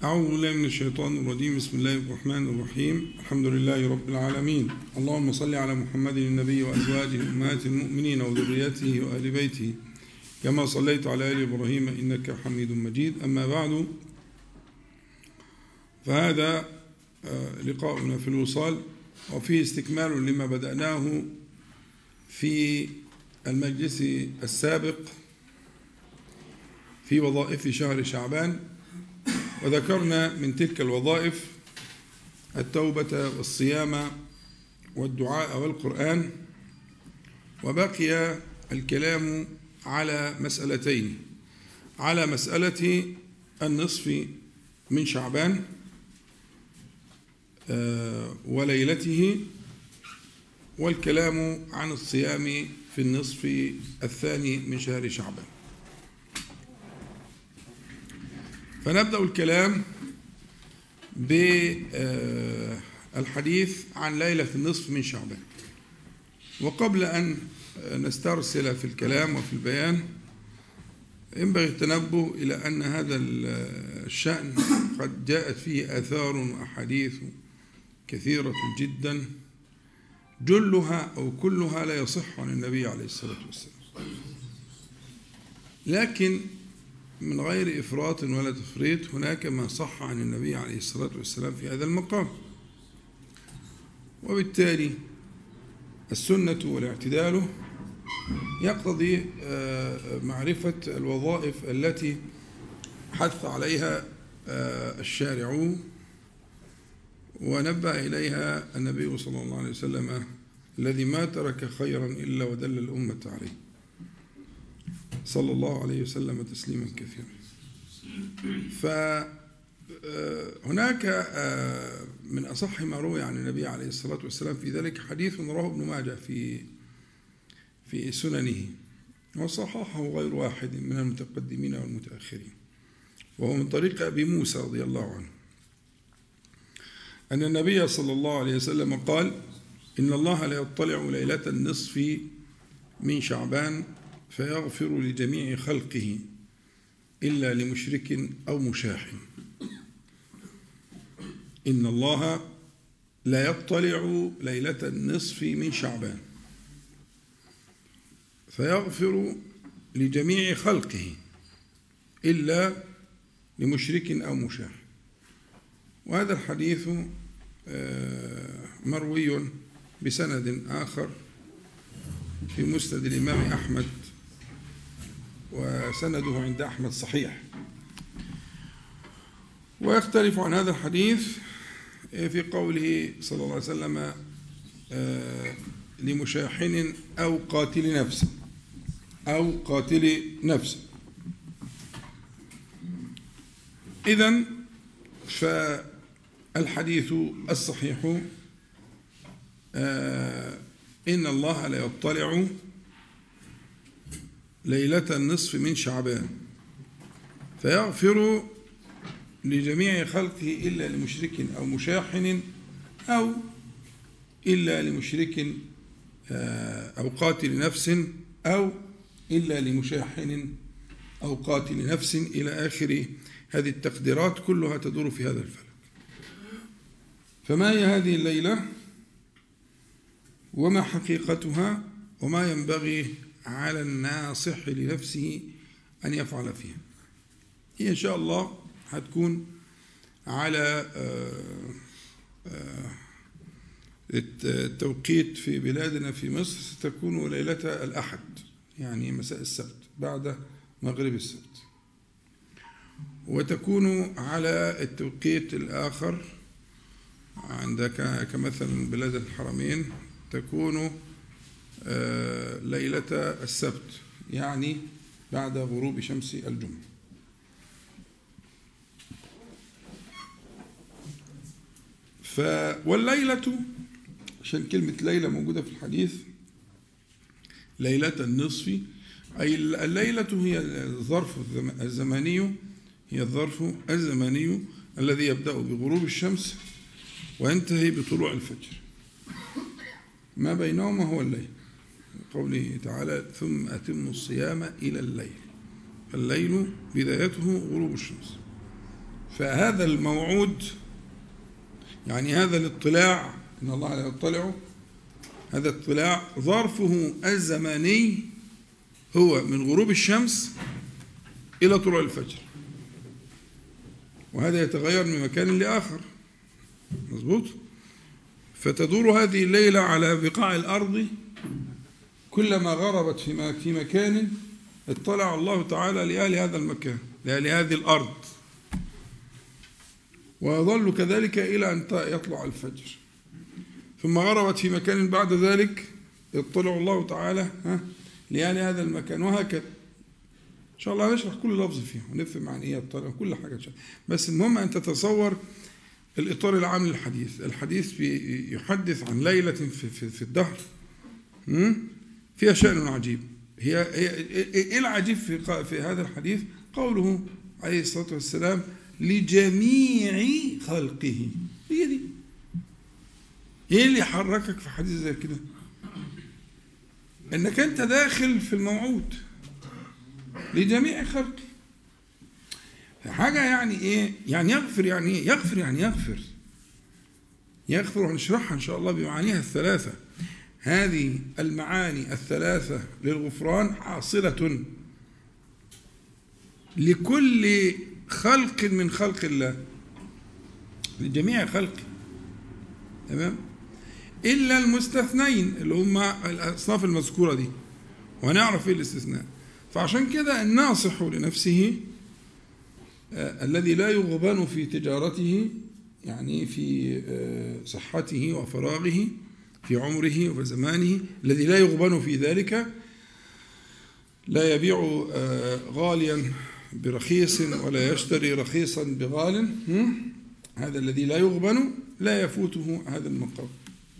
أعوذ بالله من الشيطان الرجيم. بسم الله الرحمن الرحيم. الحمد لله رب العالمين. اللهم صل على محمد النبي وأزواجه أمهات المؤمنين وذريته وآل بيته كما صليت على آل إبراهيم إنك حميد مجيد. أما بعد، فهذا لقاؤنا في الوصال، وفيه استكمال لما بدأناه في المجلس السابق في وظائف شهر شعبان، وذكرنا من تلك الوظائف التوبة والصيام والدعاء والقرآن، وبقي الكلام على مسألتين: على مسألة النصف من شعبان وليلته، والكلام عن الصيام في النصف الثاني من شهر شعبان. فنبدأ الكلام بالحديث عن ليلة النصف من شعبان. وقبل أن نسترسل في الكلام وفي البيان، ينبغي التنبه إلى أن هذا الشأن قد جاءت فيه آثار وأحاديث كثيرة جدا، جلها أو كلها لا يصح عن النبي عليه الصلاة والسلام، لكن من غير إفراط ولا تفريط هناك ما صح عن النبي عليه الصلاة والسلام في هذا المقام. وبالتالي السنة والاعتدال يقتضي معرفة الوظائف التي حث عليها الشارع ونبه إليها النبي صلى الله عليه وسلم، الذي ما ترك خيرا إلا ودل الأمة عليه، صلى الله عليه وسلم تسليما كثيرا. فهناك من أصح ما روي عن النبي عليه الصلاة والسلام في ذلك حديث رواه ابن ماجه في سننه، وصححه غير واحد من المتقدمين والمتأخرين، وهو من طريق أبي موسى رضي الله عنه أن النبي صلى الله عليه وسلم قال: إن الله لا يطلع ليلة النصف من شعبان فيغفر لجميع خلقه إلا لمشرك أو مشاح. إن الله لا يطلع ليلة النصف من شعبان فيغفر لجميع خلقه إلا لمشرك أو مشاح. وهذا الحديث مروي بسند آخر في مسند الإمام أحمد، وسنده عند أحمد صحيح. ويختلف عن هذا الحديث في قوله صلى الله عليه وسلم لمشاحن أو قاتل نفسه. إذن فالحديث الصحيح إن الله لا يطلع ليلة النصف من شعبان فيغفر لجميع خلقه إلا لمشرك أو مشاحن أو إلا لمشرك أو قاتل نفس أو إلا لمشاحن أو قاتل نفس إلى آخر هذه التقديرات، كلها تدور في هذا الفلك. فما هي هذه الليلة وما حقيقتها وما ينبغي على الناصح لنفسه أن يفعل فيها؟ هي إن شاء الله هتكون على التوقيت في بلادنا في مصر، ستكون ليلة الأحد، يعني مساء السبت بعد مغرب السبت، وتكون على التوقيت الآخر عندك كمثلا بلاد الحرمين تكون ليلة السبت، يعني بعد غروب شمس الجمعة. والليلة، عشان كلمة ليلة موجودة في الحديث، ليلة النصف، أي الليلة هي الظرف الزماني، هي الظرف الزماني الذي يبدأ بغروب الشمس وينتهي بطلوع الفجر، ما بينهما هو الليل. قوله تعالى: ثم أتموا الصيام إلى الليل، الليل بدايته غروب الشمس. فهذا الموعود يعني هذا الاطلاع إن الله لا يطلع، هذا الاطلاع ظرفه الزماني هو من غروب الشمس إلى طلوع الفجر، وهذا يتغير من مكان لآخر، مظبوط؟ فتدور هذه الليلة على بقاع الأرض، كلما غربت في مكان اطلع الله تعالى لأهل هذا المكان، لأهل هذه الأرض، ويظل كذلك إلى أن يطلع الفجر، ثم غربت في مكان بعد ذلك يطلع الله تعالى لأهل هذا المكان، وهكذا. إن شاء الله نشرح كل لفظ فيه ونفهم عن إيه يطلع كل حاجة إن شاء الله. بس المهم أن تتصور الإطار العام للحديث. الحديث يحدث عن ليلة في الدهر فيها شأن عجيب. هي إيه العجيب في هذا الحديث؟ قوله عليه الصلاة والسلام لجميع خلقه. هي دي ايه اللي يحركك في حديث زي كده؟ انك انت داخل في الموعود لجميع خلقه. حاجة يعني ايه؟ يعني يغفر، يعني ايه؟ يغفر يعني يغفر وهنشرحها ان شاء الله بمعانيها الثلاثة. هذه المعاني الثلاثة للغفران حاصلة لكل خلق من خلق الله، لجميع خلقه، تمام؟ إلا المستثنين اللي هم الأصناف المذكورة دي، وهنعرف إيه الاستثناء. فعشان كده الناصح لنفسه الذي لا يغبن في تجارته، يعني في صحته وفراغه، في عمره وفي زمانه، الذي لا يغبن في ذلك، لا يبيع غاليا برخيص ولا يشتري رخيصا بغال، هذا الذي لا يغبن لا يفوته هذا المقام.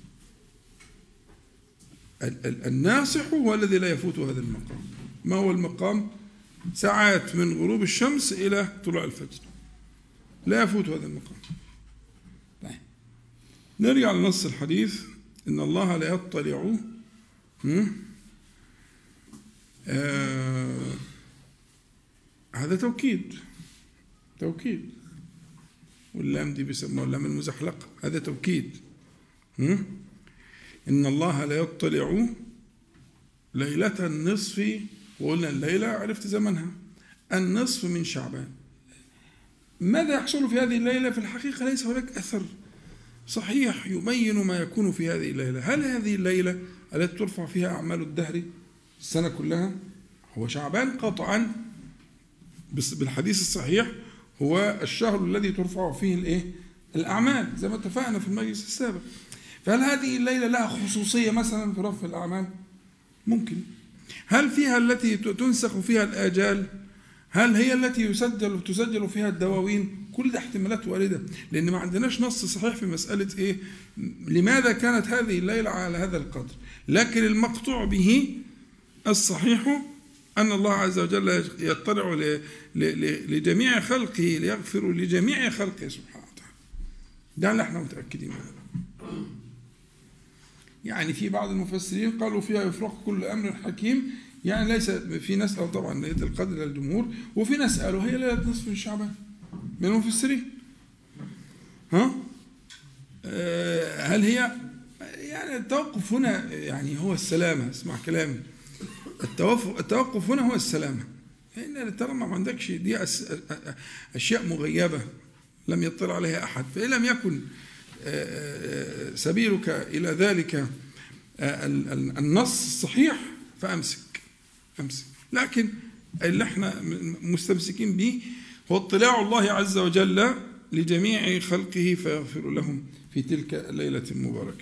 الناصح هو الذي لا يفوته هذا المقام. ما هو المقام؟ ساعات من غروب الشمس إلى طلوع الفجر، لا يفوت هذا المقام. طيب. نرجع لنص الحديث. إن الله لا يطلع هذا توكيد واللام دي بيسموها اللام المزحلقة، هذا توكيد. إن الله لا يطلع ليلة النصف، وقلنا الليلة عرفت زمنها، النصف من شعبان. ماذا يحصل في هذه الليلة؟ في الحقيقة ليس هناك أثر صحيح يبين ما يكون في هذه الليلة. هل هذه الليلة التي ترفع فيها أعمال الدهر السنة كلها؟ هو شعبان قطعا بالحديث الصحيح هو الشهر الذي ترفع فيه الأعمال، زي ما اتفقنا في المجلس السابق. فهل هذه الليلة لها خصوصية مثلا في رفع الأعمال؟ ممكن. هل فيها التي تنسخ فيها الآجال؟ هل هي التي تسجل فيها الدواوين؟ كل ده احتمالات واردة، لأن ما عندناش نص صحيح في مسألة لماذا كانت هذه الليلة على هذا القدر. لكن المقطوع به الصحيح أن الله عز وجل يطلع لجميع خلقه ليغفر لجميع خلقه سبحانه وتعالى. ده اللي احنا متأكدين منه. يعني في بعض المفسرين قالوا فيها يفرق كل أمر حكيم، يعني ليس في ناس قالوا طبعا ليلة القدر للجمهور، وفي ناس قالوا هي ليلة نصف من شعبان من المفسرين. هل هي يعني التوقف هنا يعني هو السلامة؟ اسمع كلامي، التوقف هنا هو السلامة. لأن ترى ما عندكش دي أشياء مغيبة لم يطلع عليها أحد، فإن لم يكن سبيلك إلى ذلك النص الصحيح فأمسك. لكن اللي احنا مستمسكين به هو اطلاع الله عز وجل لجميع خلقه فيغفر لهم في تلك الليلة المباركة.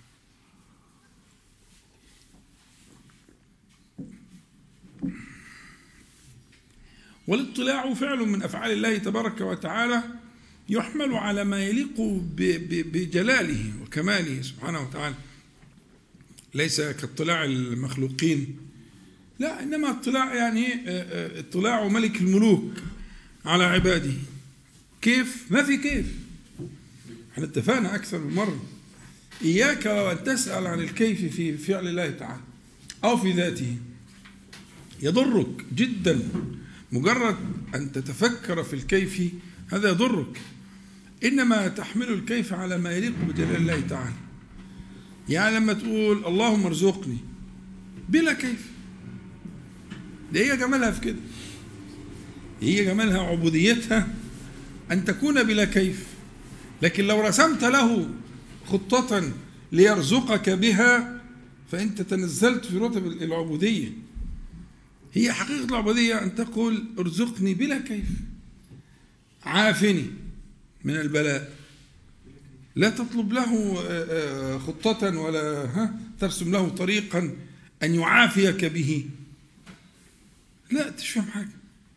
والاطلاع فعل من أفعال الله تبارك وتعالى يحمل على ما يليق بجلاله وكماله سبحانه وتعالى، ليس كاطلاع المخلوقين، لا، إنما اطلاع يعني اطلاع ملك الملوك على عباده. كيف؟ ما في كيف. احنا اتفقنا أكثر من مرة، إياك وأن تسأل عن الكيف في فعل الله تعالى أو في ذاته، يضرك جدا. مجرد أن تتفكر في الكيف هذا يضرك، إنما تحمل الكيف على ما يليق بجلال الله تعالى. يعني لما تقول اللهم ارزقني بلا كيف، ده هي جمالها في كده، هي جمالها عبوديتها أن تكون بلا كيف. لكن لو رسمت له خطة ليرزقك بها فأنت تنزلت في رتب العبودية. هي حقيقة العبودية أن تقول ارزقني بلا كيف، عافني من البلاء، لا تطلب له خطة ولا ترسم له طريقا أن يعافيك به، لا تفهم حاجة.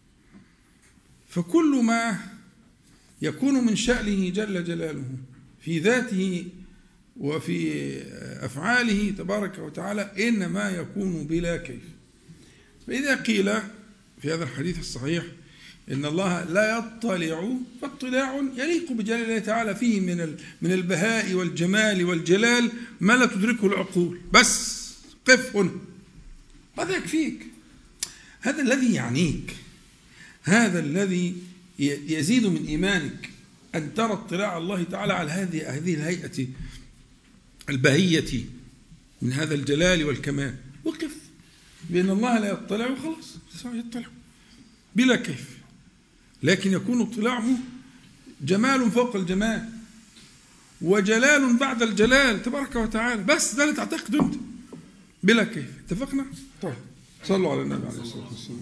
فكل ما يكون من شأنه جل جلاله في ذاته وفي أفعاله تبارك وتعالى إنما يكون بلا كيف. فإذا قيل في هذا الحديث الصحيح إن الله لا يطلع، فاطلاع يليق بجلال الله تعالى فيه من البهاء والجمال والجلال ما لا تدركه العقول. بس قف هنا، هذا يكفيك، هذا الذي يعنيك، هذا الذي يزيد من إيمانك، أن ترى اطلاع الله تعالى على هذه الهيئة البهية من هذا الجلال والكمال. وقف بأن الله لا يطلع وخلاص، يطلع بلا كيف، لكن يكون اطلاعه جمال فوق الجمال وجلال بعد الجلال تبارك وتعالى. بس ده اللي تعتقده أنت بلا كيف. اتفقنا؟ طيب صلوا على النبي عليه الصلاة والسلام.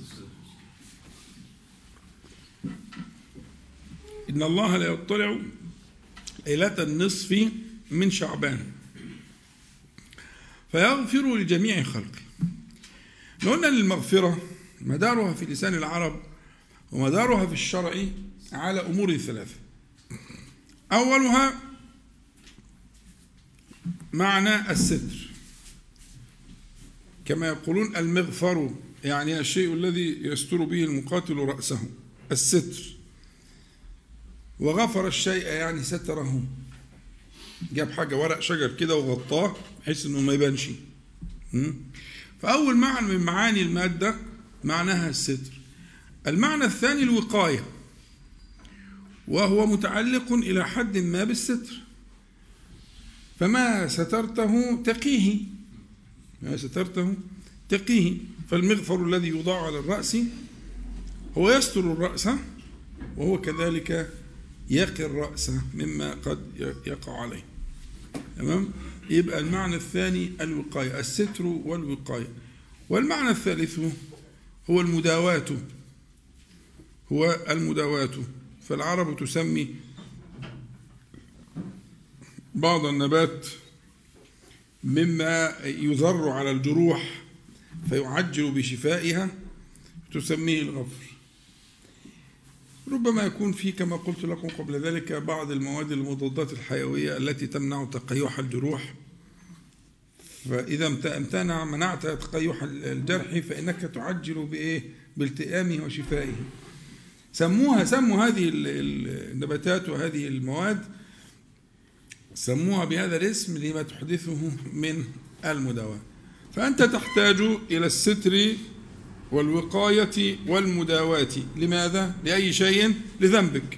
إن الله لا يطلع ليلة النصف من شعبان فيغفر لجميع خلقه. قلنا للمغفرة مدارها في لسان العرب ومدارها في الشرع على أمور ثلاثة. أولها معنى الستر، كما يقولون المغفر يعني الشيء الذي يستر به المقاتل رأسه، الستر. وغفر الشيء يعني ستره، جاب حاجة ورق شجر كده وغطاه بحيث انه ما يبانش. فأول معنى من معاني المادة معناها الستر. المعنى الثاني الوقاية، وهو متعلق إلى حد ما بالستر، فما سترته تقيه، ما سترته تقيه. فالمغفر الذي يوضع على الرأس هو يستر الرأس، وهو كذلك يقي الرأس مما قد يقع عليه. تمام؟ يبقى المعنى الثاني الوقاية، الستر والوقاية. والمعنى الثالث هو المداواة، هو المداواة. فالعرب تسمي بعض النبات مما يذر على الجروح فيعجل بشفائها تسميه الغفر. ربما يكون فيه كما قلت لكم قبل ذلك بعض المواد المضادات الحيوية التي تمنع تقيح الجروح، فإذا منعت تقيح الجرح فإنك تعجل بإيه؟ بالتئامه وشفائه. سموا هذه النباتات وهذه المواد سموها بهذا الاسم لما تحدثه من المداواة. فأنت تحتاج إلى الستر والوقاية والمداواة. لماذا؟ لأي شيء؟ لذنبك.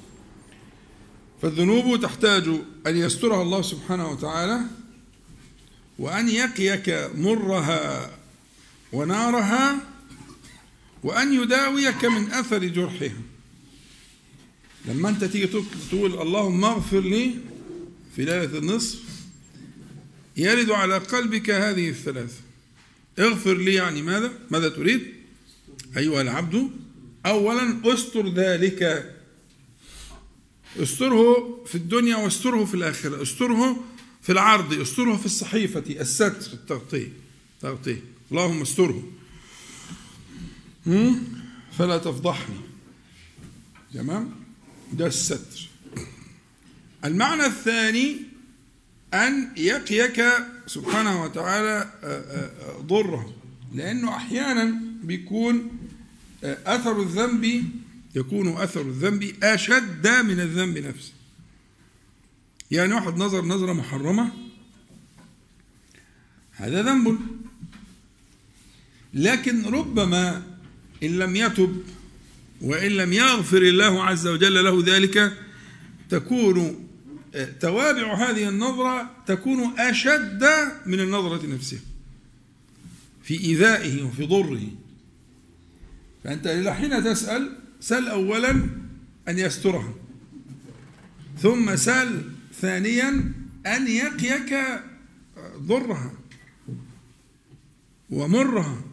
فالذنوب تحتاج أن يسترها الله سبحانه وتعالى، وأن يقيك مرها ونارها، وأن يداويك من أثر جرحها. لما أنت تيجي تقول اللهم اغفر لي في ليلة النصف، يرد على قلبك هذه الثلاثة. اغفر لي يعني ماذا؟ ماذا تريد؟ أيها العبد، أولا استر ذلك، استره في الدنيا واستره في الآخرة، استره في العرض، استره في الصحيفة، الستر، التغطية. اللهم استره فلا تفضحني. تمام؟ ده الستر. المعنى الثاني أن يقيك سبحانه وتعالى ضره، لأنه أحيانا بيكون أثر الذنب، يكون أثر الذنب أشد من الذنب نفسه. يعني واحد نظرة محرمة، هذا ذنب، لكن ربما إن لم يتب وإن لم يغفر الله عز وجل له ذلك تكون توابع هذه النظرة تكون أشد من النظرة نفسها في إيذائه وفي ضره. فأنت حين تسأل سل أولا أن يسترها، ثم سل ثانيا أن يقيك ضرها ومرها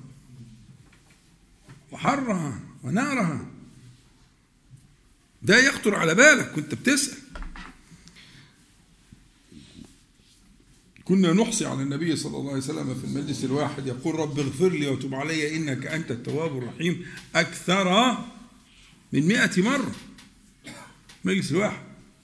وحرها ونارها. ده يخطر على بالك كنت بتسأل. كنا نحصي على النبي صلى الله عليه وسلم في المجلس الواحد يقول رب اغفر لي وتب علي إنك أنت التواب الرحيم أكثر من 100 مرة مجلس الواحد.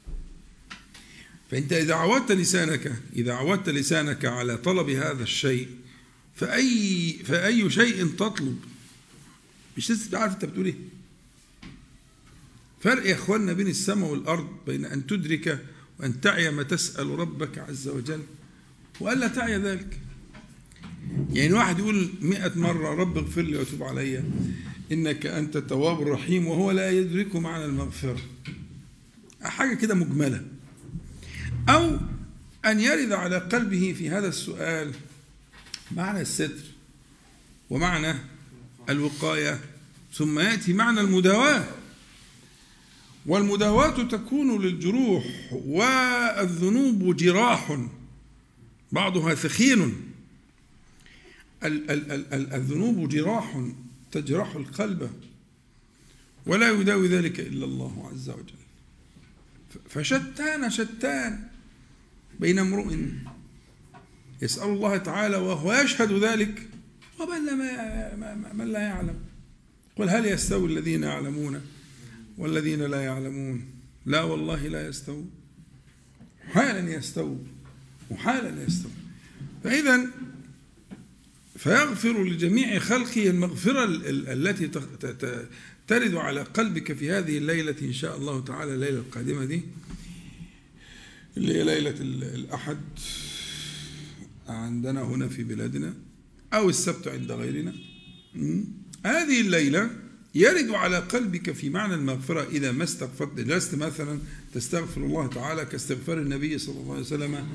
فأنت إذا عودت لسانك على طلب هذا الشيء فأي شيء تطلب مش لسه عارف أنت بتقول إيه. فرق يا إخواننا بين السماء والأرض، بين أن تدرك وأن تعي ما تسأل ربك عز وجل وألا تعي ذلك. يعني واحد يقول 100 مرة رب اغفر لي وتب علي إنك أنت التواب الرحيم وهو لا يدرك معنى المغفرة، حاجة كده مجملة. أو أن يرد على قلبه في هذا السؤال معنى الستر ومعنى الوقاية، ثم يأتي معنى المداواة. والمداواة تكون للجروح، والذنوب جراح بعضها ثخين. الذنوب جراح تجرح القلب ولا يداوي ذلك إلا الله عز وجل. فشتان بين امرؤ يسأل الله تعالى وهو يشهد ذلك وبين من لا يعلم. قل هل يستوي الذين يعلمون والذين لا يعلمون؟ لا والله لا يستوون، حالا يستوي وحالا يستوي. فإذا فيغفر لجميع خلقه المغفرة التي ترد على قلبك في هذه الليلة إن شاء الله تعالى، الليلة القادمة دي اللي هي ليلة الأحد عندنا هنا في بلادنا أو السبت عند غيرنا. هذه الليلة يرد على قلبك في معنى المغفرة إذا ما استغفرت. جلست مثلا تستغفر الله تعالى كاستغفار النبي صلى الله عليه وسلم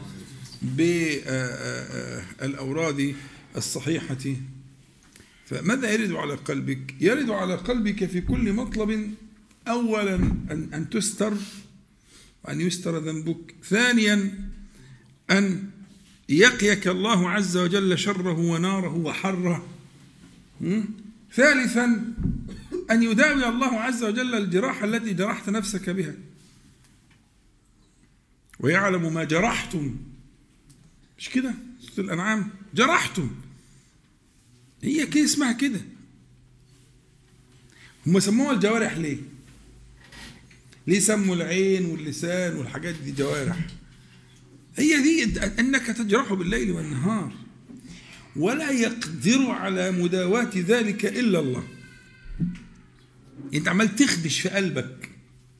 بالأوراد الصحيحة، فماذا يرد على قلبك؟ يرد على قلبك في كل مطلب أولا أن تستر وأن يستر ذنبك، ثانيا أن يقيك الله عز وجل شره وناره وحره، ثالثا أن يداوي الله عز وجل الجراح التي جرحت نفسك بها، ويعلم ما جرحتم. مش كده سورة الأنعام؟ جرحتم، هي كده اسمها كده. هم سموها الجوارح ليه؟ ليه سموا العين واللسان والحاجات دي جوارح؟ هي دي أنك تجرح بالليل والنهار ولا يقدر على مداواة ذلك إلا الله. أنت عمال تخدش في قلبك،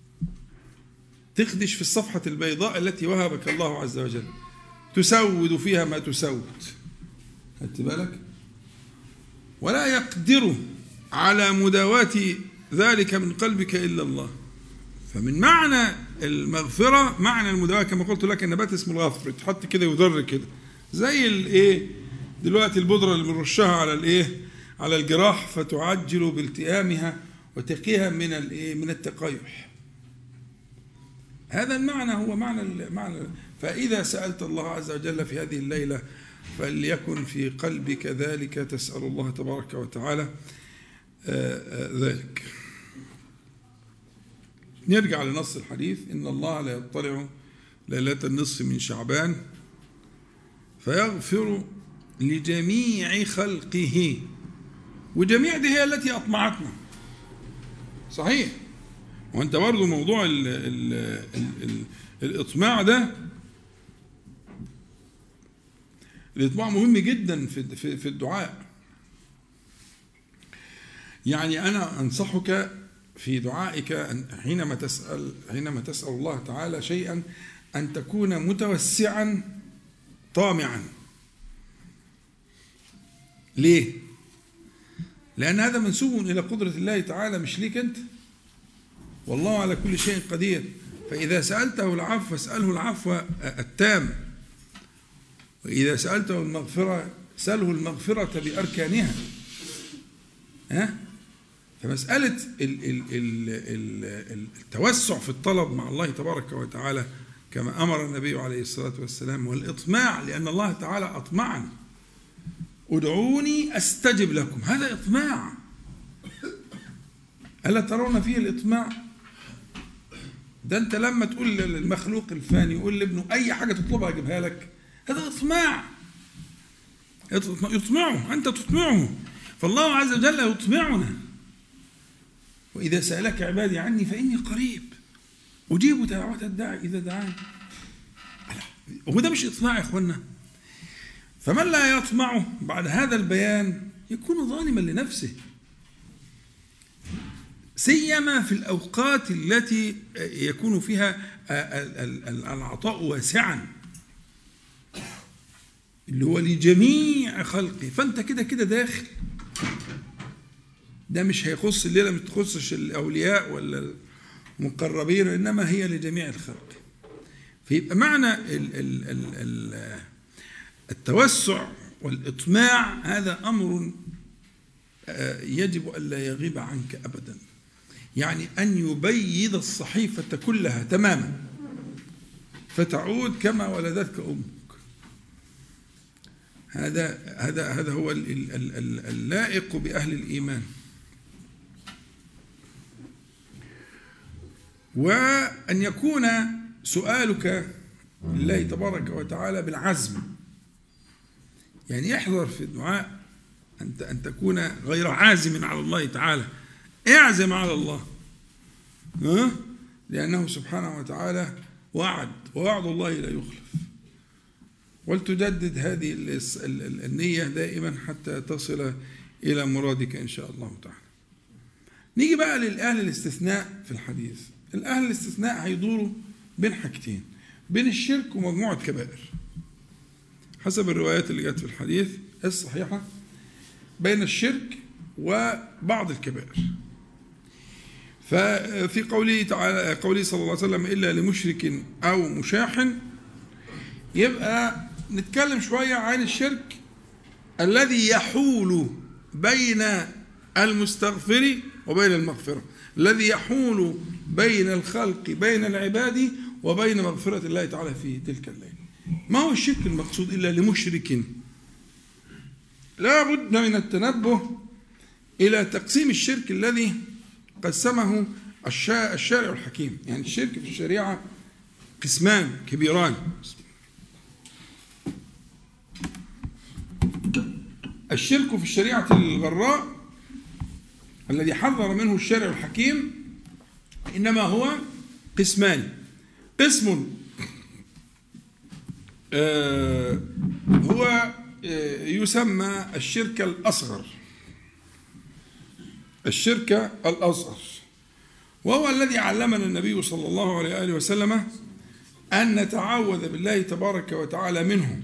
تخدش في الصفحة البيضاء التي وهبك الله عز وجل، تسود فيها ما تسود، خدت بالك؟ ولا يقدر على مداواة ذلك من قلبك إلا الله. فمن معنى المغفرة معنى المداواة كما قلت لك النبات اسمه الغفر، تحط كده يضر كده زي الايه دلوقتي البودرة اللي بنرشها على الايه على الجراح فتعجل بالتئامها وتقيها من الايه من التقيح. هذا المعنى هو معنى. فإذا سألت الله عز وجل في هذه الليلة فليكن في قلبك ذلك، تسأل الله تبارك وتعالى ذلك. نرجع لنص الحديث: إن الله لا يطلع ليلة النصف من شعبان فيغفر لجميع خلقه. وجميع دي هي التي أطمعتنا، صحيح. وأنت برضو موضوع الإطماع ده، الإطماع مهم جدا في الدعاء. يعني أنا أنصحك في دعائك حينما تسأل الله تعالى شيئا أن تكون متوسعا طامعا. ليه؟ لأن هذا منسوب إلى قدرة الله تعالى مش ليك أنت. والله على كل شيء قدير. فإذا سألته العفو فاسأله العفو التام، وإذا سألته المغفرة سأله المغفرة بأركانها. فمسألة التوسع في الطلب مع الله تبارك وتعالى كما أمر النبي عليه الصلاة والسلام، والإطماع، لأن الله تعالى أطمعنا: ادعوني أستجب لكم. هذا إطماع. ألا ترون فيه الإطماع؟ ده أنت لما تقول للمخلوق الفاني، يقول لابنه أي حاجة تطلبها أجيبها لك، هذا إطماع. يطمعه، أنت تطمعه، فالله عز وجل يطمعنا. وإذا سألك عبادي عني فإني قريب أجيب دعوة الداعي إذا دعاني. هو ده مش إطماع يا إخوانا؟ فمن لا يطمعه بعد هذا البيان يكون ظالما لنفسه، سيما في الأوقات التي يكون فيها العطاء واسعا اللي هو لجميع خلقه. فأنت كده كده داخل، ده مش هيخص الليلة، مش تخصش الأولياء ولا المقربين، إنما هي لجميع الخلق. فيبقى معنى التوسع والإطماع هذا أمر يجب ألا يغيب عنك أبدا، يعني أن يبيض الصحيفة كلها تماما فتعود كما ولدتك أمك. هذا هو اللائق بأهل الإيمان. وأن يكون سؤالك لله تبارك وتعالى بالعزم، يعني احذر في الدعاء أن تكون غير عازم على الله تعالى. اعزم على الله، لأنه سبحانه وتعالى وعد، ووعد الله لا يخلف. ولتجدد هذه النية دائما حتى تصل إلى مرادك إن شاء الله تعالى. نيجي بقى للأهل الاستثناء في الحديث. الأهل الاستثناء هيدوروا بين حاجتين: بين الشرك ومجموعة كبائر، حسب الروايات اللي جت في الحديث الصحيحة، بين الشرك وبعض الكبائر. ففي قوله تعالى، قوله صلى الله عليه وسلم: إلا لمشرك أو مشاح، يبقى نتكلم شوية عن الشرك الذي يحول بين المستغفر وبين المغفرة، الذي يحول بين الخلق، بين العباد وبين مغفرة الله تعالى في تلك الليلة. ما هو الشرك المقصود إلا لمشرك؟ لا بد من التنبه إلى تقسيم الشرك الذي قسمه الشارع الحكيم. يعني الشرك في الشريعة قسمان كبيران: الشرك في الشريعة الغراء الذي حذر منه الشارع الحكيم إنما هو قسمان: قسم هو يسمى الشرك الأصغر، الشرك الأصغر، وهو الذي علمنا النبي صلى الله عليه وآله وسلم أن نتعوذ بالله تبارك وتعالى منه: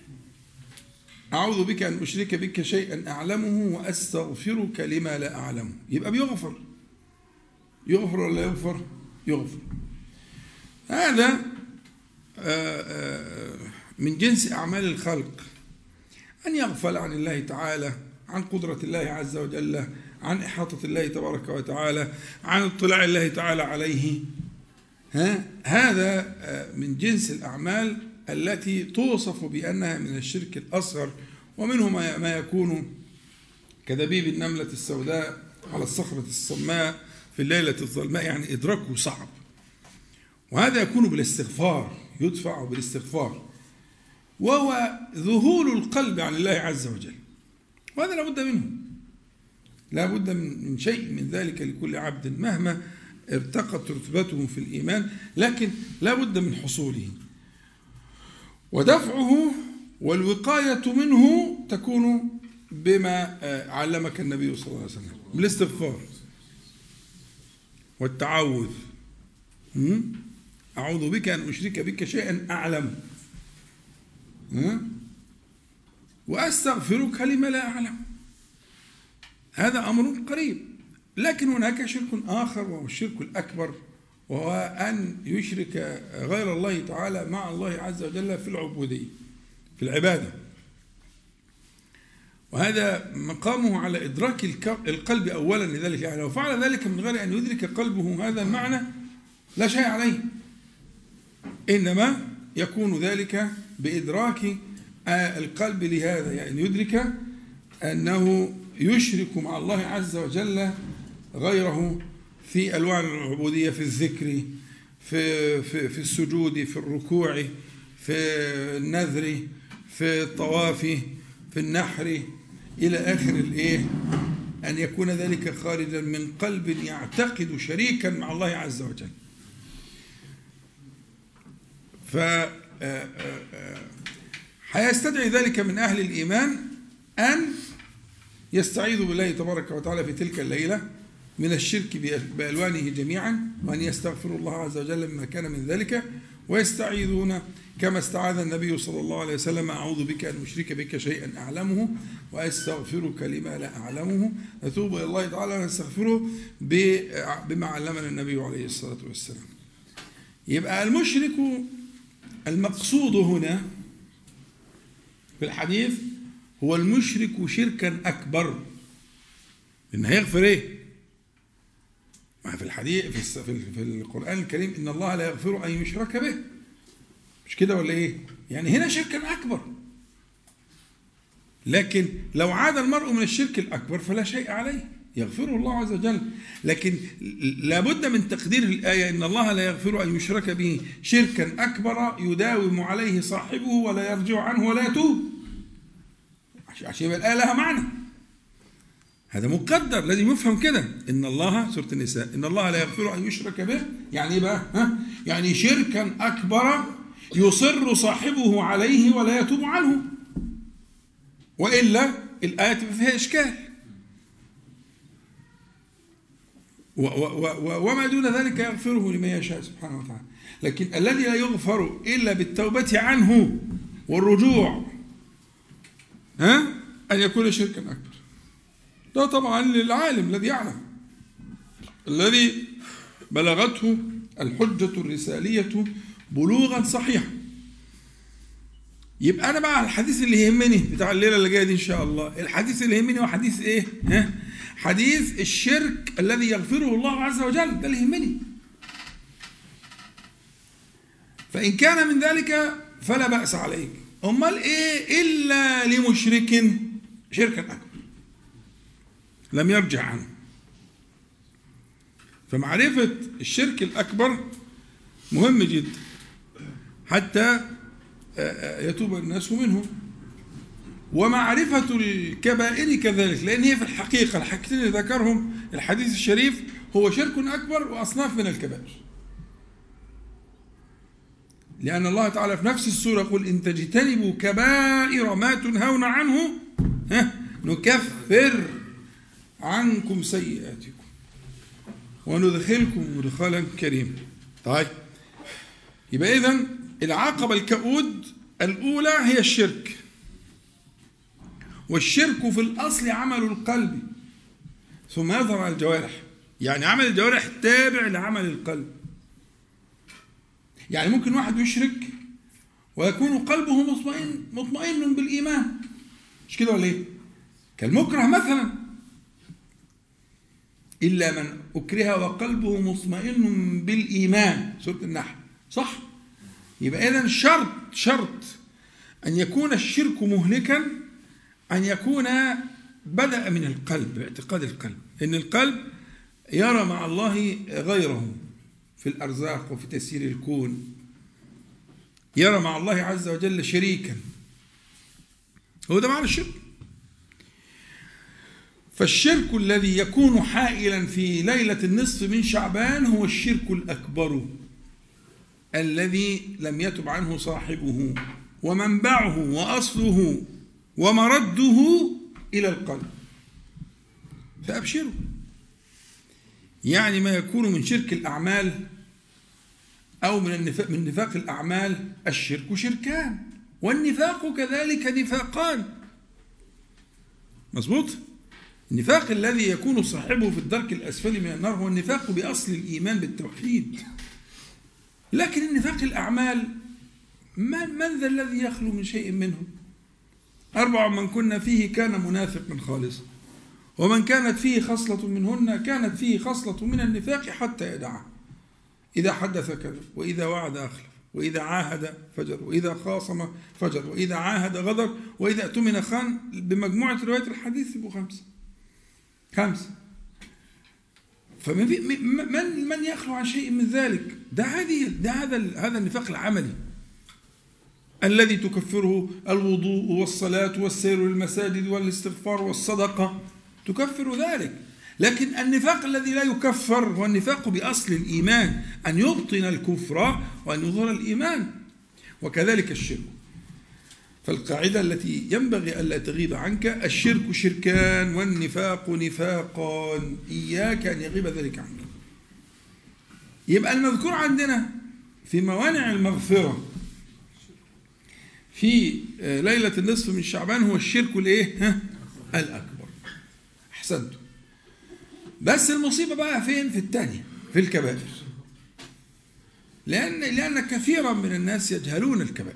أعوذ بك أن أشرك بك شيئا أعلمه وأستغفرك لما لا أعلمه. يبقى بيغفر، يغفر ولا يغفر؟ يغفر. هذا من جنس أعمال الخلق، أن يغفل عن الله تعالى، عن قدرة الله عز وجل، عن إحاطة الله تبارك وتعالى، عن اطلاع الله تعالى عليه. هذا من جنس الأعمال التي توصف بأنها من الشرك الأصغر. ومنه ما يكون كدبيب النملة السوداء على الصخرة الصماء في الليلة الظلماء، يعني إدراكه صعب. وهذا يكون بالاستغفار، يدفع بالاستغفار، وهو ذهول القلب عن الله عز وجل. وهذا لا بد منه، لا بد من شيء من ذلك لكل عبد مهما ارتقت رتبته في الإيمان، لكن لا بد من حصوله. ودفعه والوقاية منه تكون بما علمك النبي صلى الله عليه وسلم: بالاستغفار والتعوذ. أعوذ بك أن أشرك بك شيئا أعلم، وأستغفرك لما لا أعلم. هذا أمر قريب، لكن هناك شرك آخر وهو الشرك الأكبر، وهو أن يشرك غير الله تعالى مع الله عز وجل في العبودية، في العبادة. وهذا مقامه على إدراك القلب أولا لذلك، يعني لو فعل ذلك من غير أن يدرك قلبه هذا المعنى لا شيء عليه، إنما يكون ذلك بإدراك القلب لهذا، يعني يدرك أنه يشرك مع الله عز وجل غيره في ألوان العبودية، في الذكر، في السجود، في الركوع، في النذر، في الطواف، في النحر، إلى آخر أن يكون ذلك خارجا من قلب يعتقد شريكا مع الله عز وجل. حيستدعي ذلك من أهل الإيمان أن يستعيذوا بالله تبارك وتعالى في تلك الليلة من الشرك بألوانه جميعا، وأن يستغفروا الله عز وجل مما كان من ذلك، ويستعيذون كما استعاذ النبي صلى الله عليه وسلم: أعوذ بك أن أشرك بك شيئا أعلمه وأستغفرك لما لا أعلمه، نتوب إلى الله تعالى ونستغفره بما علمنا النبي عليه الصلاة والسلام. يبقى المشرك المقصود هنا في الحديث هو المشرك شركا أكبر، إن هيغفر إيه؟ ما في الحديث في القرآن الكريم: إن الله لا يغفر أن يشرك به، مش كده ولا إيه؟ يعني هنا شركا أكبر، لكن لو عاد المرء من الشرك الأكبر فلا شيء عليه، يغفره الله عز وجل. لكن لابد من تقدير الآية: إن الله لا يغفر أن يشرك به شركا أكبر يداوم عليه صاحبه ولا يرجع عنه ولا يتوب، عشان يبقى الآية لها معنى. هذا مقدر، لازم يفهم كده. إن الله، سورة النساء: إن الله لا يغفر أن يشرك به، يعني إيه بقى؟ يعني شركا أكبر يصر صاحبه عليه ولا يتوب عنه، وإلا الآية فيها إشكال. وما دون ذلك يغفره لمن يشاء سبحانه وتعالى. لكن الذي لا يغفر إلا بالتوبة عنه والرجوع أن يكون شركا أكبر. ده طبعا للعالم الذي يعلم، الذي بلغته الحجة الرسالية بلوغا صحيحا. يبقى أنا بقى الحديث اللي يهمني بتاع الليلة اللي جاية دي إن شاء الله، الحديث اللي يهمني هو حديث إيه؟ حديث الشرك الذي يغفره الله عز وجل، ده اللي يهمني. فإن كان من ذلك فلا بأس عليك. أمال إيه إلا لمشرك شركا أكبر لم يرجع عنه. فمعرفة الشرك الأكبر مهم جدا حتى يتوب الناس منه، ومعرفة الكبائر كذلك، لأن هي في الحقيقة الحاجتين اللي ذكرهم الحديث الشريف هو شرك أكبر وأصناف من الكبائر. لأن الله تعالى في نفس السورة يقول: إن تجتنبوا كبائر ما تنهون عنه نكفر عنكم سيئاتكم وندخلكم مدخلا كريما. طيب، يبقى إذن العقبة الكؤود الأولى هي الشرك، والشرك في الأصل عمل القلب ثم يظهر على الجوارح، يعني عمل الجوارح تابع لعمل القلب. يعني ممكن واحد يشرك ويكون قلبه مطمئن بالإيمان، مش كده ولا إيه؟ كالمكره مثلا: إلا من أكره وقلبه مطمئن بالإيمان، سورة النحل، صح؟ يبقى إذن شرط أن يكون الشرك مهلكا أن يكون بدأ من القلب، باعتقاد القلب، إن القلب يرى مع الله غيره في الأرزاق وفي تسيير الكون، يرى مع الله عز وجل شريكا، هو ده معنى الشرك. فالشرك الذي يكون حائلا في ليلة النصف من شعبان هو الشرك الأكبر الذي لم يتب عنه صاحبه، ومنبعه وأصله ومرده إلى القلب. فأبشروا، يعني ما يكون من شرك الأعمال أو من نفاق الأعمال، الشرك شركان والنفاق كذلك نفاقان، مظبوط؟ النفاق الذي يكون صاحبه في الدرك الأسفل من النار هو النفاق بأصل الإيمان بالتوحيد. لكن النفاق الأعمال من ذا الذي يخلو من شيء منه؟ 4 من كنا فيه كان منافقا خالصا، ومن كانت فيه خصلة منهن كانت فيه خصلة من النفاق حتى يدعها. إذا حدث كذب، وإذا وعد أخلف، وإذا عاهد فجر، وإذا خاصم فجر، وإذا عاهد غدر، وإذا اؤتمن خان. بمجموعة روايات الحديث يبقوا 5. فمن يخلو عن شيء من ذلك؟ هذا النفاق العملي الذي تكفره الوضوء والصلاة والسير للمساجد والاستغفار والصدقة، تكفر ذلك. لكن النفاق الذي لا يكفر هو النفاق بأصل الإيمان، أن يبطن الكفر وأن يظهر الإيمان. وكذلك الشرك. فالقاعدة التي ينبغي ألا تغيب عنك: الشرك شركان والنفاق نفاقان، إياك أن يغيب ذلك عنك. يبقى المذكور عندنا في موانع المغفرة في ليلة النصف من شعبان هو الشرك الأكبر. أحسنتم. بس المصيبة بقى فين؟ في الثانية، في الكبائر. لأن كثيرا من الناس يجهلون الكبائر،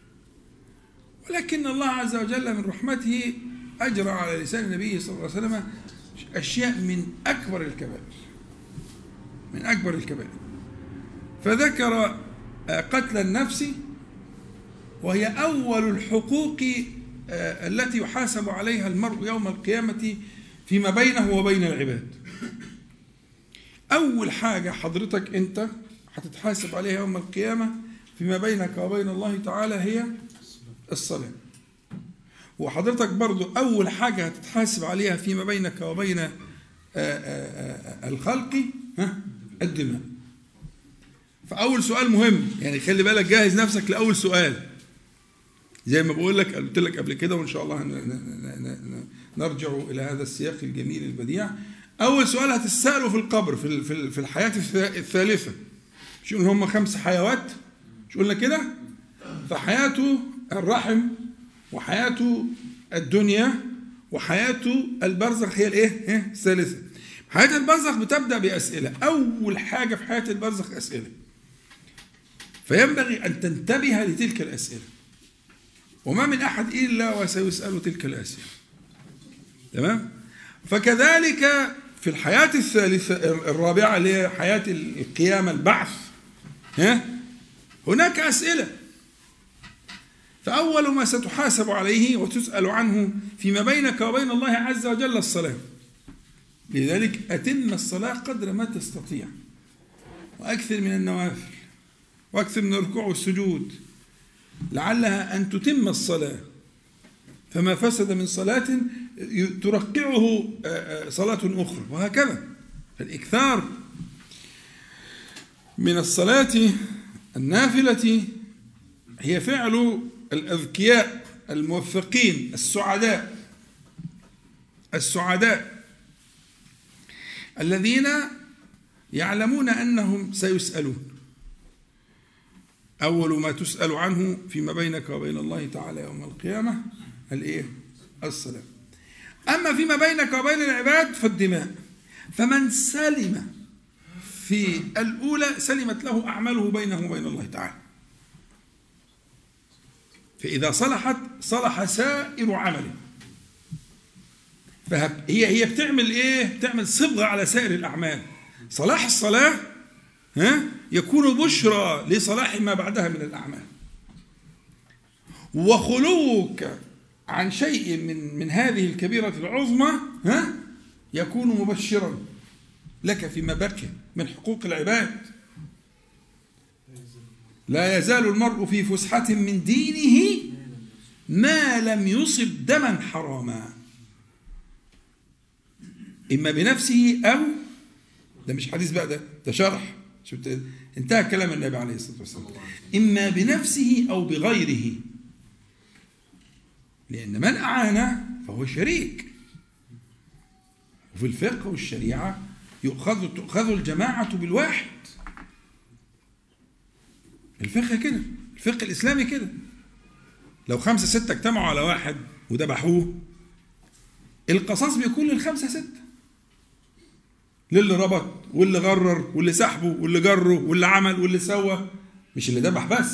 ولكن الله عز وجل من رحمته أجرى على لسان النبي صلى الله عليه وسلم أشياء من أكبر الكبائر. فذكر قتل النفس، وهي أول الحقوق التي يحاسب عليها المرء يوم القيامة فيما بينه وبين العباد. أول حاجة حضرتك أنت هتتحاسب عليها يوم القيامة فيما بينك وبين الله تعالى هي الصلاة. وحضرتك برضو أول حاجة هتتحاسب عليها فيما بينك وبين الخلق الدماء. فأول سؤال مهم، يعني خلي بالك، جاهز نفسك لأول سؤال. زي ما قلت لك قبل كده، وإن شاء الله نرجع إلى هذا السياق الجميل البديع. أول سؤال هتسأله في القبر، في الحياة الثالثة. مش قلنا هم 5 حيوات؟ مش قلنا كده؟ فحياته الرحم، وحياته الدنيا، وحياته البرزخ هي الثالثة. حياة البرزخ بتبدأ بأسئلة. أول حاجة في حياة البرزخ أسئلة، فينبغي أن تنتبه لتلك الأسئلة، وما من أحد إلا وسيسأل تلك الأسئلة. تمام؟ فكذلك في الحياة الثالثة الرابعة اللي هي حياة القيامة البعث، هناك أسئلة. فأول ما ستحاسب عليه وتسأل عنه فيما بينك وبين الله عز وجل الصلاة. لذلك أتم الصلاة قدر ما تستطيع، وأكثر من النوافل، وأكثر من الركوع والسجود، لعلها أن تتم الصلاة. فما فسد من صلاة ترقعه صلاة أخرى، وهكذا. فالإكثار من الصلاة النافلة هي فعل الأذكياء الموفقين السعداء الذين يعلمون أنهم سيسألون. أول ما تسأل عنه فيما بينك وبين الله تعالى يوم القيامة الصلاة. أما فيما بينك وبين العباد فالدماء. فمن سلم في الأولى سلمت له أعماله بينه وبين الله تعالى. فإذا صلحت صلح سائر عمله. فهي بتعمل بتعمل صبغة على سائر الأعمال. صلاح الصلاة يكون بشرى لصلاح ما بعدها من الأعمال. وخلوك عن شيء من هذه الكبيرة العظمى يكون مبشرا لك فيما بقي من حقوق العباد. لا يزال المرء في فسحة من دينه ما لم يصب دما حراما، إما بنفسه أو، ده مش حديث بقى، ده شرح، انتهى كلام النبي عليه الصلاة والسلام، إما بنفسه أو بغيره. لأن من أعان فهو شريك. وفي الفقه والشريعة تؤخذ الجماعة بالواحد. الفقه كده، الفقه الإسلامي كده. لو 5 6 اجتمعوا على واحد وذبحوه، القصاص بيكون للخمسة ستة، للي ربط واللي غرر واللي سحبه واللي جره واللي عمل واللي سوى، مش اللي ذبح بس.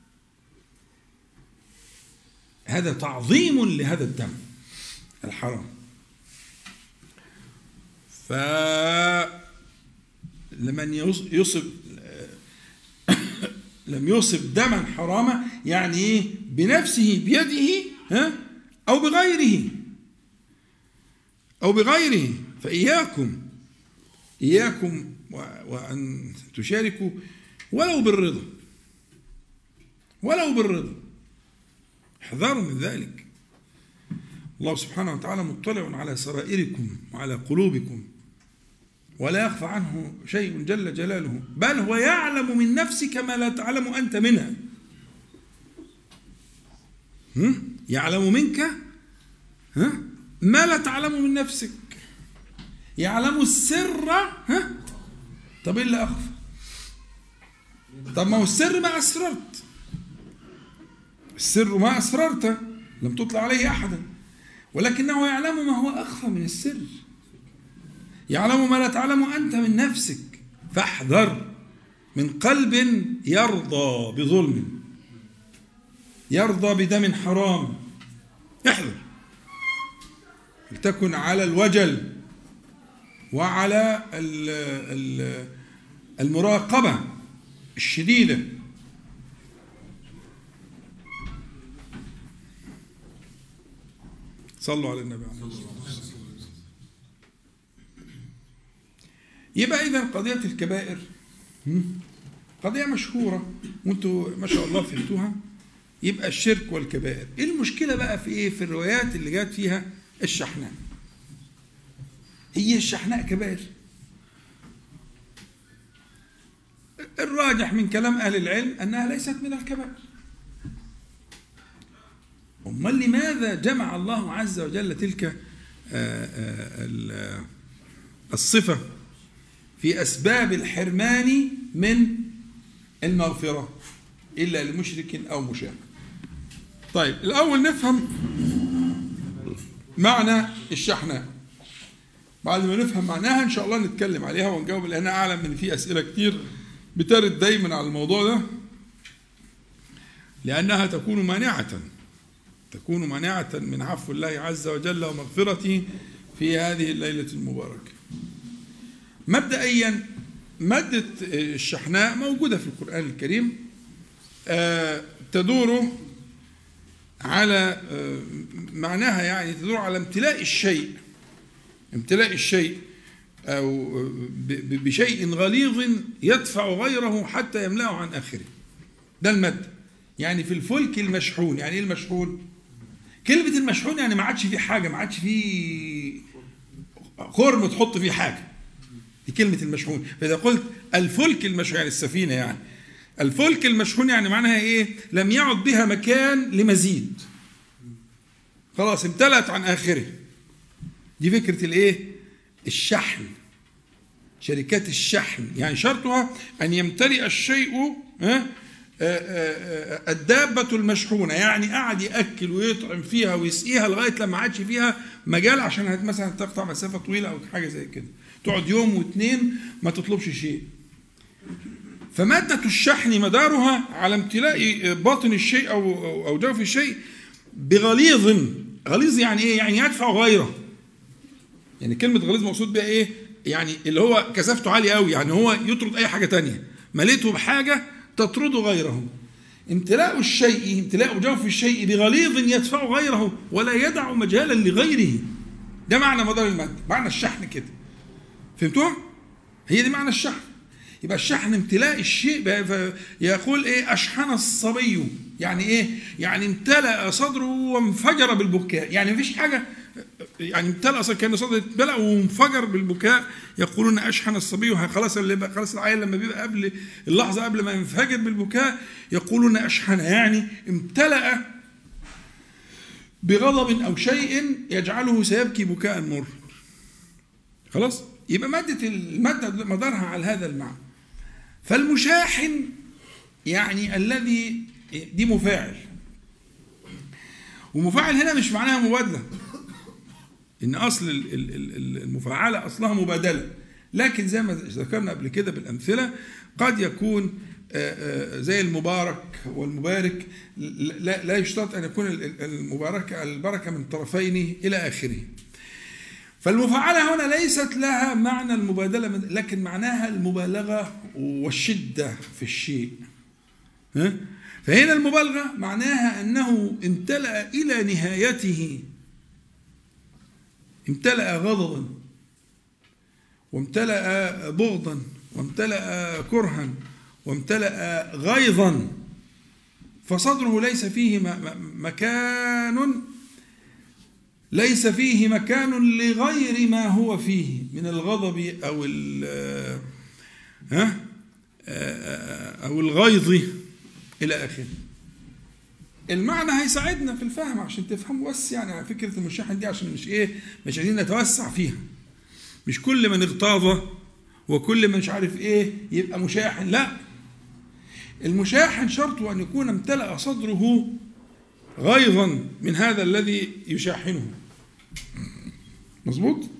هذا تعظيم لهذا الدم الحرام. فلمن يصب لم يصب دما حراما يعني ايه؟ بنفسه بيده أو بغيره. فإياكم وأن تشاركوا ولو بالرضا. احذروا من ذلك. الله سبحانه وتعالى مطلع على سرائركم وعلى قلوبكم، ولا يخفى عنه شيء جل جلاله، بل هو يعلم من نفسك ما لا تعلم أنت منها. يعلم منك ما لا تعلم من نفسك، يعلم السر. طب إيه اللي أخفى؟ طب ما هو السر ما أسررت، السر ما أسررت لم تطلع عليه أحدا، ولكنه يعلم ما هو أخفى من السر، يعلم ما لا تعلم أنت من نفسك. فاحذر من قلب يرضى بظلم، يرضى بدم حرام. احذر، لتكن على الوجل وعلى المراقبة الشديدة. صلوا على النبي عليه الصلاة والسلام. يبقى إذن قضية الكبائر قضية مشهورة وانتوا ما شاء الله فهمتوها. يبقى الشرك والكبائر. ايه المشكلة بقى في ايه؟ في الروايات اللي جات فيها الشحناء. هي الشحناء كبائر؟ الراجح من كلام أهل العلم أنها ليست من الكبائر. أمال لماذا جمع الله عز وجل تلك الصفة في أسباب الحرمان من المغفرة إلا لمشرك أو مشاق؟ طيب الأول نفهم معنى الشحناء، بعد ما نفهم معناها إن شاء الله نتكلم عليها ونجاوب، لأن أنا أعلم أن في أسئلة كتير بترد دايما على الموضوع ده، لأنها تكون مانعة من عفو الله عز وجل ومغفرته في هذه الليلة المباركة. مبدئيا مادة الشحناء موجودة في القرآن الكريم، تدور على معناها، يعني تدور على امتلاء الشيء أو بشيء غليظ يدفع غيره حتى يملأه عن آخره. ده المادة. يعني في الفلك المشحون. يعني ايه المشحون؟ كلمة المشحون يعني ما عادش فيه حاجة، ما عادش فيه خرم تحط فيه حاجة، دي كلمة المشحون. فإذا قلت الفلك المشحون يعني السفينة، يعني الفلك المشحون يعني معناها ايه؟ لم يعد بها مكان لمزيد، خلاص امتلأت عن آخره. دي فكرة الايه؟ الشحن. شركات الشحن يعني شرطها أن يمتلئ الشيء الدابة المشحونة، يعني قاعد يأكل ويطعم فيها ويسقيها لغاية لما عادش فيها مجال عشان مثلا تقطع مسافة طويلة أو حاجة زي كده، تقعد يوم واثنين ما تطلبش شيء. فمادة الشحن مدارها على امتلاء باطن الشيء أو جوف الشيء بغليظ. غليظ يعني إيه؟ يعني يدفع غيره. يعني كلمة غليظ مقصود بها إيه؟ يعني اللي هو كثافته عالية قوي، يعني هو يطرد أي حاجة تانية، مليته بحاجة تطرد غيره. امتلاء جوف الشيء بغليظ يدفع غيره ولا يدع مجالا لغيره. ده معنى مدار المادة، معنى الشحن كده. فهمتوها؟ هي دي معنى الشحن. يبقى الشحن امتلاء الشيء. يقول ايه؟ أشحن الصبي. يعني ايه؟ يعني امتلأ صدره وانفجر بالبكاء. يعني مفيش حاجة، يعني امتلأ صدره كأن صدره اتملأ وانفجر بالبكاء. يقولون أشحن الصبي. خلاص العيل لما بيبقى قبل اللحظة قبل ما ينفجر بالبكاء يقولون أشحن، يعني امتلأ بغضب أو شيء يجعله سيبكي بكاء مر. خلاص؟ يبقى المادة مدارها على هذا المعنى. فالمشاحن يعني الذي، دي مفاعل، ومفاعل هنا مش معناها مبادلة. إن أصل المفاعلة أصلها مبادلة، لكن زي ما ذكرنا قبل كده بالأمثلة قد يكون زي المبارك والمبارك، لا يشترط أن يكون البركة من طرفين إلى آخره. فالمفاعلة هنا ليست لها معنى المبادلة، لكن معناها المبالغة والشدة في الشيء. فهنا المبالغة معناها أنه امتلأ إلى نهايته، امتلأ غضبا وامتلأ بغضا وامتلأ كرها وامتلأ غيظا، فصدره ليس فيه مكان لغير ما هو فيه من الغضب أو الغيظ إلى آخره. المعنى هيساعدنا في الفهم عشان تفهموا، بس يعني فكرة المشاحن دي عشان مش عايزين نتوسع فيها. مش كل من اغتاظ وكل من مش عارف يبقى مشاحن، لا، المشاحن شرطه أن يكون امتلأ صدره غيظا من هذا الذي يشاحنه. مظبوط؟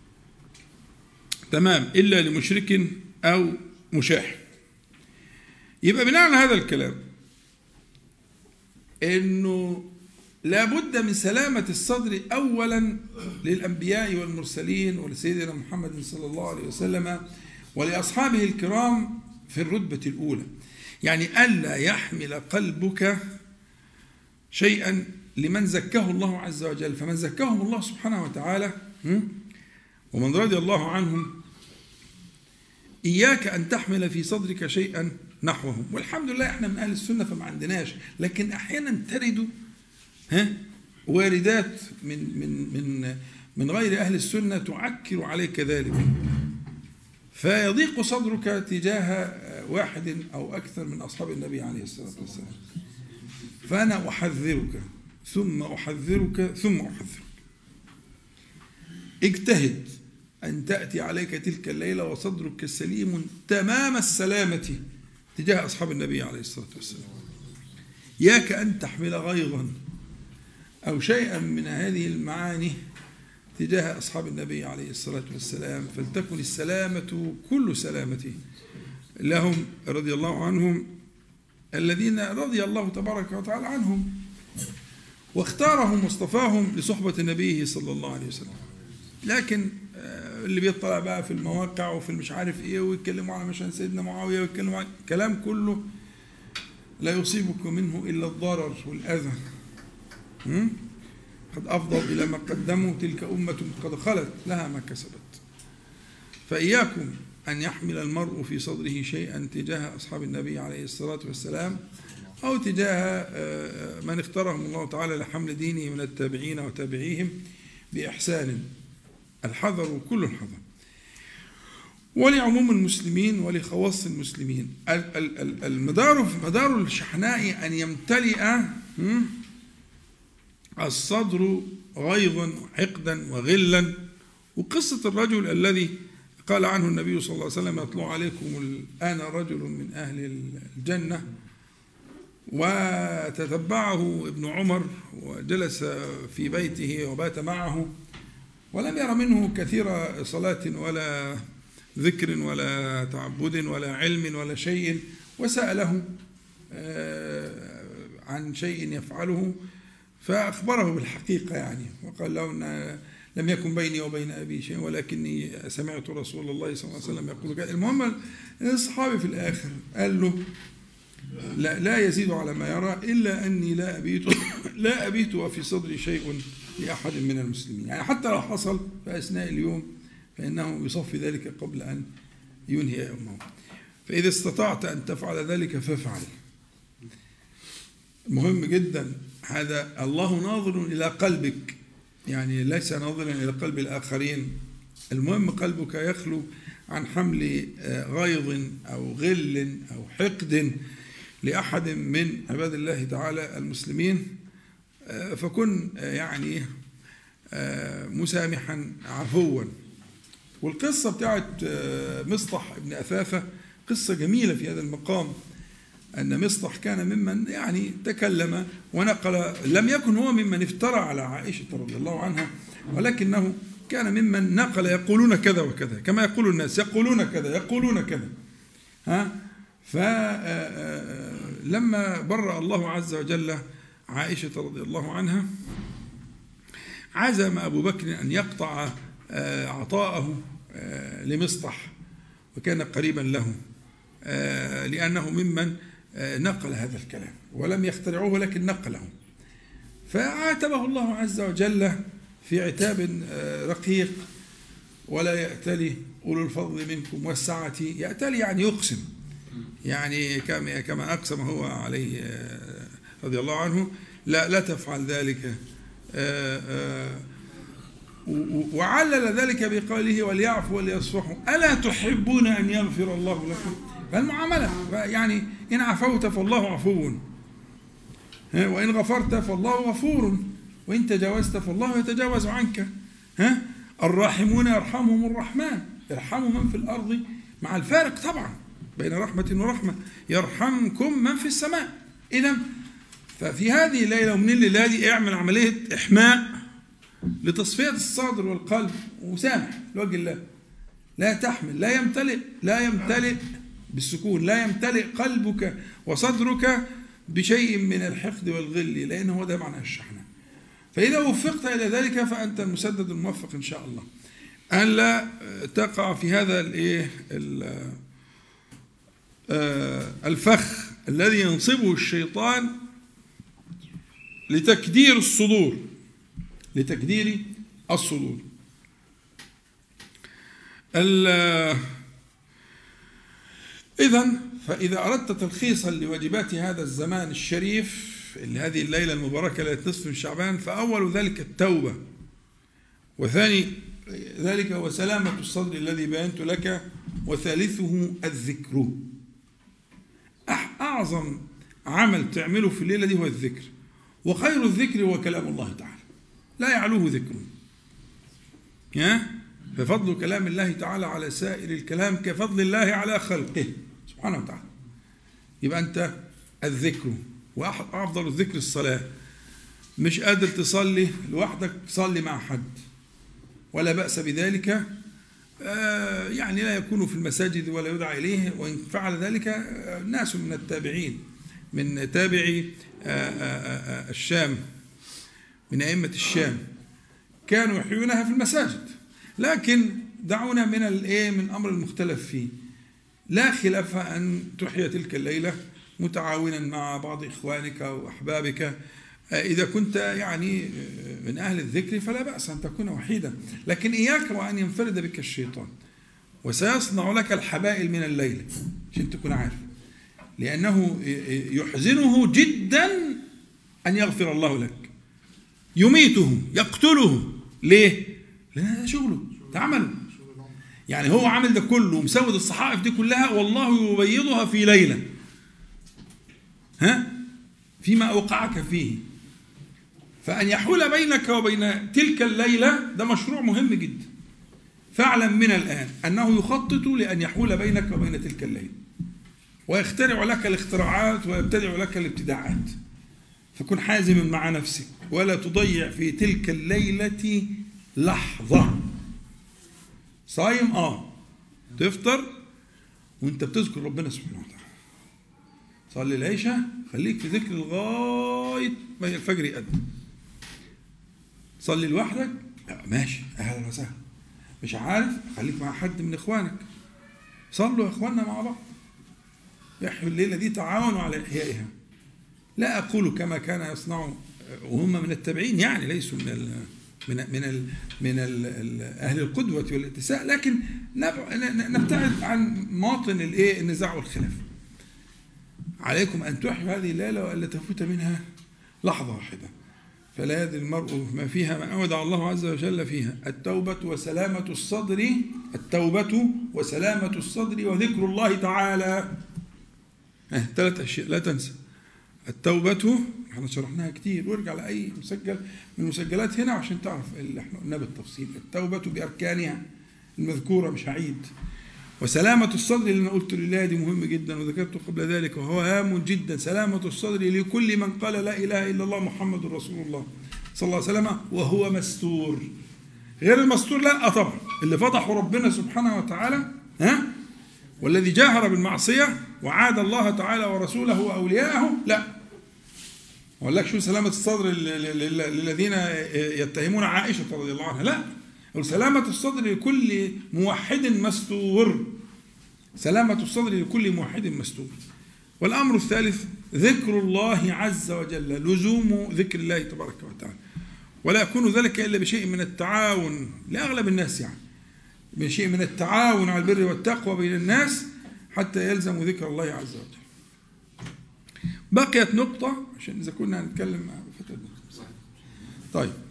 تمام، إلا لمشرك أو مشاحن. يبقى بناء على هذا الكلام إنه لابد من سلامة الصدر أولا للأنبياء والمرسلين ولسيدنا محمد صلى الله عليه وسلم ولأصحابه الكرام في الرتبة الأولى، يعني ألا يحمل قلبك شيئا لمن زكاه الله عز وجل. فمن زكاهم الله سبحانه وتعالى ومن رضي الله عنهم، إياك أن تحمل في صدرك شيئا نحوهم. والحمد لله احنا من أهل السنة فما عندناش، لكن أحيانا ترد واردات من غير أهل السنة تعكر عليك ذلك، فيضيق صدرك تجاه واحد أو أكثر من أصحاب النبي عليه الصلاة والسلام. فأنا أحذرك ثم أحذرك ثم أحذرك، اجتهد أن تأتي عليك تلك الليلة وصدرك سليم تمام السلامة تجاه أصحاب النبي عليه الصلاة والسلام. ياك أن تحمل غيظا أو شيئا من هذه المعاني تجاه أصحاب النبي عليه الصلاة والسلام، فلتكن السلامة كل سلامة لهم رضي الله عنهم، الذين رضي الله تبارك وتعالى عنهم واختارهم واصطفاهم لصحبة النبي صلى الله عليه وسلم. لكن اللي بيطلع بقى في المواقع وفي المش عارف ويتكلموا على مشان سيدنا معاوية ويتكلموا على كلام كله لا يصيبكم منه إلا الضرر والأذى. قد أفضل إلى ما قدموا، تلك أمة قد خلت لها ما كسبت. فإياكم أن يحمل المرء في صدره شيئا تجاه أصحاب النبي عليه الصلاة والسلام أو تجاه من اختارهم الله تعالى لحمل دينه من التابعين وتابعيهم بإحسان. الحذر كل الحذر، ولعموم المسلمين ولخواص المسلمين. مدار الشحناء أن يمتلئ الصدر غيظا وحقدا وغلا. وقصة الرجل الذي قال عنه النبي صلى الله عليه وسلم: يطلع عليكم الآن رجل من أهل الجنة، وتتبعه ابن عمر وجلس في بيته وبات معه ولم ير منه كثير صلاة ولا ذكر ولا تعبد ولا علم ولا شيء، وسأله عن شيء يفعله فأخبره بالحقيقة يعني، وقال له أن لم يكن بيني وبين أبي شيء ولكني سمعت رسول الله صلى الله عليه وسلم يقول كذا. المهم الصحابي في الآخر قال له: لا يزيد على ما يرى إلا أني لا أبيت وفي صدري شيء لأحد من المسلمين. يعني حتى لو حصل في أثناء اليوم فإنه يصفي ذلك قبل أن ينهي يومه. فإذا استطعت أن تفعل ذلك فافعل. مهم جدا هذا. الله ناظر إلى قلبك، يعني ليس ناظرا إلى قلب الآخرين. المهم قلبك يخلو عن حمل غيظ أو غل أو حقد لأحد من عباد الله تعالى المسلمين، فكن يعني مسامحا عفوا. والقصة بتاعت مصطح ابن أثاثة قصة جميلة في هذا المقام، أن مصطح كان ممن يعني تكلم ونقل، لم يكن هو ممن افترى على عائشة رضي الله عنها، ولكنه كان ممن نقل يقولون كذا وكذا كما يقول الناس، يقولون كذا يقولون كذا. فلما برأ الله عز وجل عائشة رضي الله عنها عزم أبو بكر أن يقطع عطاءه لمصطح، وكان قريبا له لأنه ممن نقل هذا الكلام ولم يخترعوه لكن نقله. فعاتبه الله عز وجل في عتاب رقيق: ولا يأتلي أولو الفضل منكم والسعة. يأتلي يعني يقسم، يعني كما أقسم هو عليه رضي الله عنه: لا تفعل ذلك. وعلل ذلك بقوله: وليعفوا وليصفحوا ألا تحبون أن يغفر الله لكم. فالمعاملة يعني إن عفوت فالله عفو، وإن غفرت فالله غفور، وإن تجاوزت فالله يتجاوز عنك. الراحمون يرحمهم الرحمن، ارحموا من في الأرض، مع الفارق طبعا بين رحمة ورحمة، يرحمكم من في السماء. إذن ففي هذه الليلة ومن الليلة دي اعمل عملية إحماء لتصفية الصدر والقلب، وسامح لوجه الله. لا تحمل، لا يمتلئ بالسكون، لا يمتلئ قلبك وصدرك بشيء من الحقد والغل، لأنه هو ده معنى الشحنة. فإذا وفقت إلى ذلك فأنت المسدد الموفق إن شاء الله، أن لا تقع في هذا الفخ الذي ينصبه الشيطان لتكدير الصدور. إذن فإذا أردت تلخيصا لواجبات هذا الزمان الشريف هذه الليلة المباركة ليلة نصف من شعبان، فأول ذلك التوبة، وثاني ذلك هو سلامة الصدر الذي بينت لك، وثالثه الذكر. أعظم عمل تعمله في الليلة دي هو الذكر، وخير الذكر هو كلام الله تعالى، لا يعلوه ذكر. ففضل كلام الله تعالى على سائر الكلام كفضل الله على خلقه سبحانه وتعالى. يبقى أنت الذكر، وأفضل الذكر الصلاة. مش قادر تصلي لوحدك، صلي مع حد ولا بأس بذلك، يعني لا يكون في المساجد ولا يدعى إليه. وإن فعل ذلك ناس من التابعين، من تابعي الشام، من أئمة الشام، كانوا يحيونها في المساجد. لكن دعونا من أمر المختلف فيه. لا خلاف أن تحيا تلك الليلة متعاونا مع بعض إخوانك وأحبابك. إذا كنت يعني من أهل الذكر فلا بأس أن تكون وحيدا، لكن إياك وأن ينفرد بك الشيطان، وسيصنع لك الحبائل من الليل عشان تكون عارف، لأنه يحزنه جدا أن يغفر الله لك، يميته يقتله. ليه؟ لأن هذا شغله، تعمل. يعني هو عامل ده كله ومسود الصحائف دي كلها، والله يبيضها في ليلة فيما أوقعك فيه. فأن يحول بينك وبين تلك الليلة ده مشروع مهم جدا. فاعلم من الآن أنه يخطط لأن يحول بينك وبين تلك الليلة، ويخترع لك الاختراعات ويبتدع لك الابتداعات. فكن حازما مع نفسك، ولا تضيع في تلك الليلة لحظة. صايم تفطر وانت بتذكر ربنا سبحانه وتعالى. صلي العشاء، خليك في ذكر لغاية ما الفجر يأذن. صلي لوحدك، ماشي، أهلا وسهلا. مش عارف، خليك مع حد من إخوانك، صلوا يا إخواننا مع بعض، يحيوا الليلة دي، تعاونوا على إحيائها. لا أقول كما كان يصنع وهم من التابعين، يعني ليسوا من أهل القدوة والاتساء، لكن نبتعد عن مواطن النزاع والخلاف. عليكم أن تحيوا هذه الليلة وألا تفوت منها لحظة واحدة. فلا يدري المرء ما فيها، ما أودع الله عز وجل فيها. التوبة وسلامة الصدر، التوبة وسلامة الصدر وذكر الله تعالى. 3 أشياء لا تنسى. التوبة احنا شرحناها كتير، وارجع لأي مسجل من المسجلات هنا عشان تعرف اللي احنا قلناه بالتفصيل. التوبة بأركانها المذكورة، مش هعيد. وسلامة الصدر اللي أنا قلت لله دي مهم جدا وذكرته قبل ذلك، وهو هام جدا. سلامة الصدر لكل من قال لا إله إلا الله محمد رسول الله صلى الله عليه وسلم وهو مستور. غير المستور لا طبعا، اللي فضحوا ربنا سبحانه وتعالى والذي جاهر بالمعصية وعاد الله تعالى ورسوله وأولياءه لا. أقول لك شو سلامة الصدر للذين يتهمون عائشة رضي الله عنها، لا، سلامة الصدر لكل موحد مستور، سلامة الصدر لكل موحد مستور. والأمر الثالث ذكر الله عز وجل، لزوم ذكر الله تبارك وتعالى، ولا يكون ذلك إلا بشيء من التعاون لأغلب الناس، يعني بشيء من التعاون على البر والتقوى بين الناس حتى يلزم ذكر الله عز وجل. بقيت نقطة عشان إذا كنا هنتكلم طيب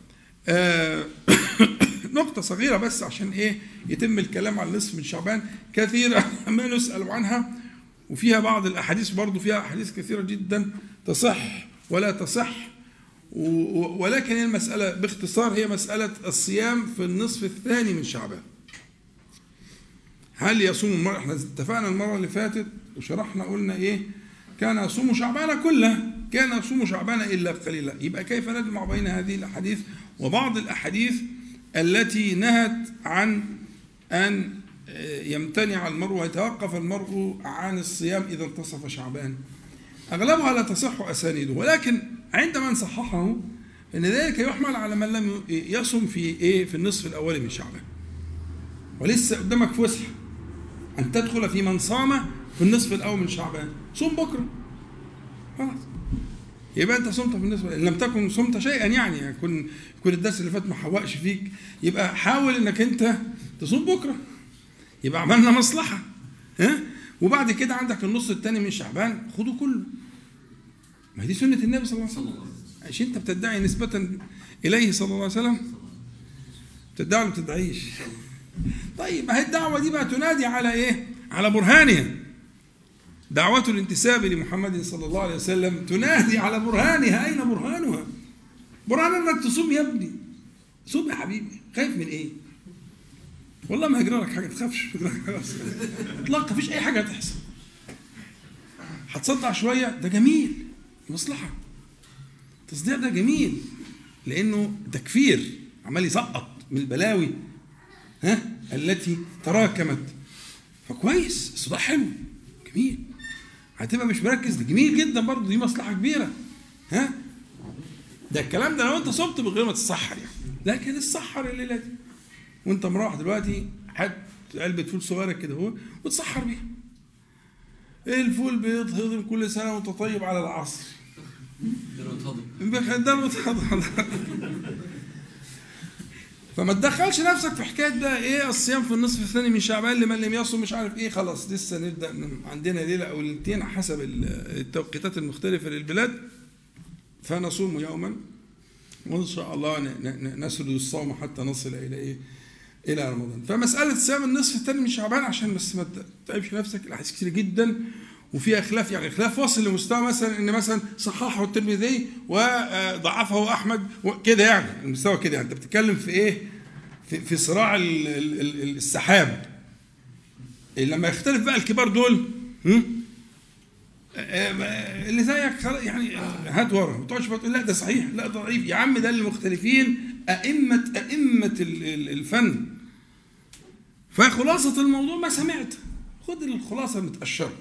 نقطة صغيرة بس عشان يتم الكلام عن النصف من شعبان. كثيرا ما نسأل عنها، وفيها بعض الأحاديث برضو، فيها أحاديث كثيرة جدا تصح ولا تصح، ولكن المسألة باختصار هي مسألة الصيام في النصف الثاني من شعبان. هل يصوم المرء؟ احنا اتفقنا المرة اللي فاتت وشرحنا قلنا كان يصوم شعبان كله، كان يصوم شعبان إلا قليلا. يبقى كيف نجمع بين هذه الأحاديث وبعض الأحاديث التي نهت عن أن يمتنع المرء ويتوقف المرء عن الصيام إذا انتصف شعبان؟ أغلبها لا تصح أسانيده، ولكن عندما نصححه أن ذلك يحمل على من لم يصم في النصف الأول من شعبان، ولسه قدامك فسحة أن تدخل في من صام في النصف الأول من شعبان. صوم بكرة خلاص، يبقى أنت صمت في النصف، إن لم تكن صمت شيئا، يعني يكون الدرس اللي فات ما حوقش فيك، يبقى حاول إنك أنت تصوم بكرة، يبقى عملنا مصلحة. وبعد كده عندك النص الثاني من شعبان خده كله، ما دي سنة النبي صلى الله عليه وسلم. عشان أنت بتدعي نسبة إليه صلى الله عليه وسلم، بتدعي ولا ما بتدعيش؟ طيب ما هي الدعوة دي بقى تنادي على على برهانها. دعوة الانتساب لمحمد صلى الله عليه وسلم تنادي على برهانها. أين برهانها؟ برهان أنك تصوم يا ابني، صوم يا حبيبي، خايف من إيه؟ والله ما هيجرى لك حاجة، تخافش، اطلاقا مفيش أي حاجة هتحصل. هتصدع شوية، ده جميل، مصلحة. التصديع ده جميل لأنه تكفير، عمال يسقط من البلاوي التي تراكمت، فكويس، الصداع حلو جميل. هتبقى مش مركز، ده جميل جدا برضه، دي مصلحة كبيرة. ده الكلام ده لو انت صمت من غير ما تتسحر يعني، لكن السحر الليلة دي وانت مروح دلوقتي حد علبة فول صغيرة كده هو وتسحر بيها. الفول بيتهضم كل سنة وانت طيب على العصر، ده متهضم. فما تدخلش نفسك في حكايه بقى الصيام في النصف الثاني من شعبان لمن لم يصم مش عارف خلاص لسه نبدا، عندنا ليله او ليلتين حسب التوقيتات المختلفه للبلاد، فنصوم يوما وان شاء الله نسرد الصوم حتى نصل الى رمضان. فمساله صيام النصف الثاني من شعبان عشان بس ما تتعبش نفسك، الاحاديث كتير جدا وفيها خلاف، يعني خلاف واصل لمستوى مثلا ان مثلا صححه الترمذي وضعفه احمد كده، يعني المستوى كده، يعني انت بتتكلم في في صراع السحاب. لما يختلف بقى الكبار دول اللي زيك يعني هات ورا، ما تقعدش تقول لا ده صحيح لا ده ضعيف، يا عم ده المختلفين ائمه الفن. فخلاصه الموضوع ما سمعت، خد الخلاصه المتقشره.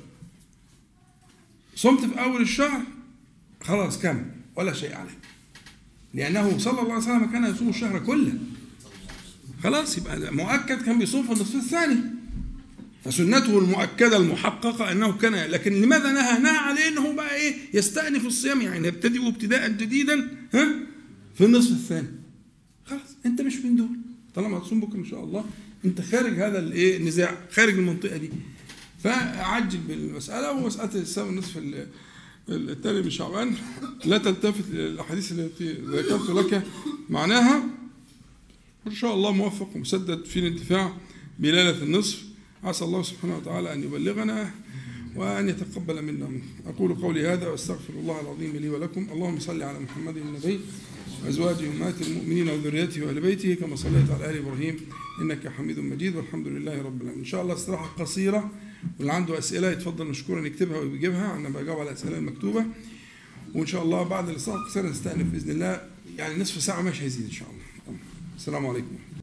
صمت في أول الشهر خلاص كمل ولا شيء عليه، لأنه صلى الله عليه وسلم كان يصوم الشهر كله، خلاص يبقى مؤكد كان بيصوم في النصف الثاني، فسنته المؤكدة المحققة أنه كان. لكن لماذا نهى عليه أنه بقى يستأنف الصيام، يعني يبتدئ ابتداء جديدا في النصف الثاني. خلاص أنت مش من دول، طالما هتصوم بكرة إن شاء الله أنت خارج هذا النزاع، خارج المنطقة دي. فعجل بالمسألة، ومسألة الصيام النصف الثاني من شعبان لا تلتفت للأحاديث التي ذكرت لك معناها، وإن شاء الله موفق ومسدد في الانتفاع بليلة النصف. عسى الله سبحانه وتعالى أن يبلغنا وأن يتقبل منا. أقول قولي هذا وأستغفر الله العظيم لي ولكم. اللهم صل على محمد النبي وأزواجه أمهات المؤمنين وذريته وآل بيته كما صليت على آل إبراهيم إنك حميد مجيد، والحمد لله رب العالمين. إن شاء الله استراحة قصيرة، واللي عنده أسئلة يتفضل مشكورا يكتبها ويجيبها، أنا بجاوب على الأسئلة المكتوبة، وإن شاء الله بعد الاستراحة القصيرة نستأنف بإذن الله، يعني نصف ساعة مش هيزيد إن شاء الله. السلام عليكم.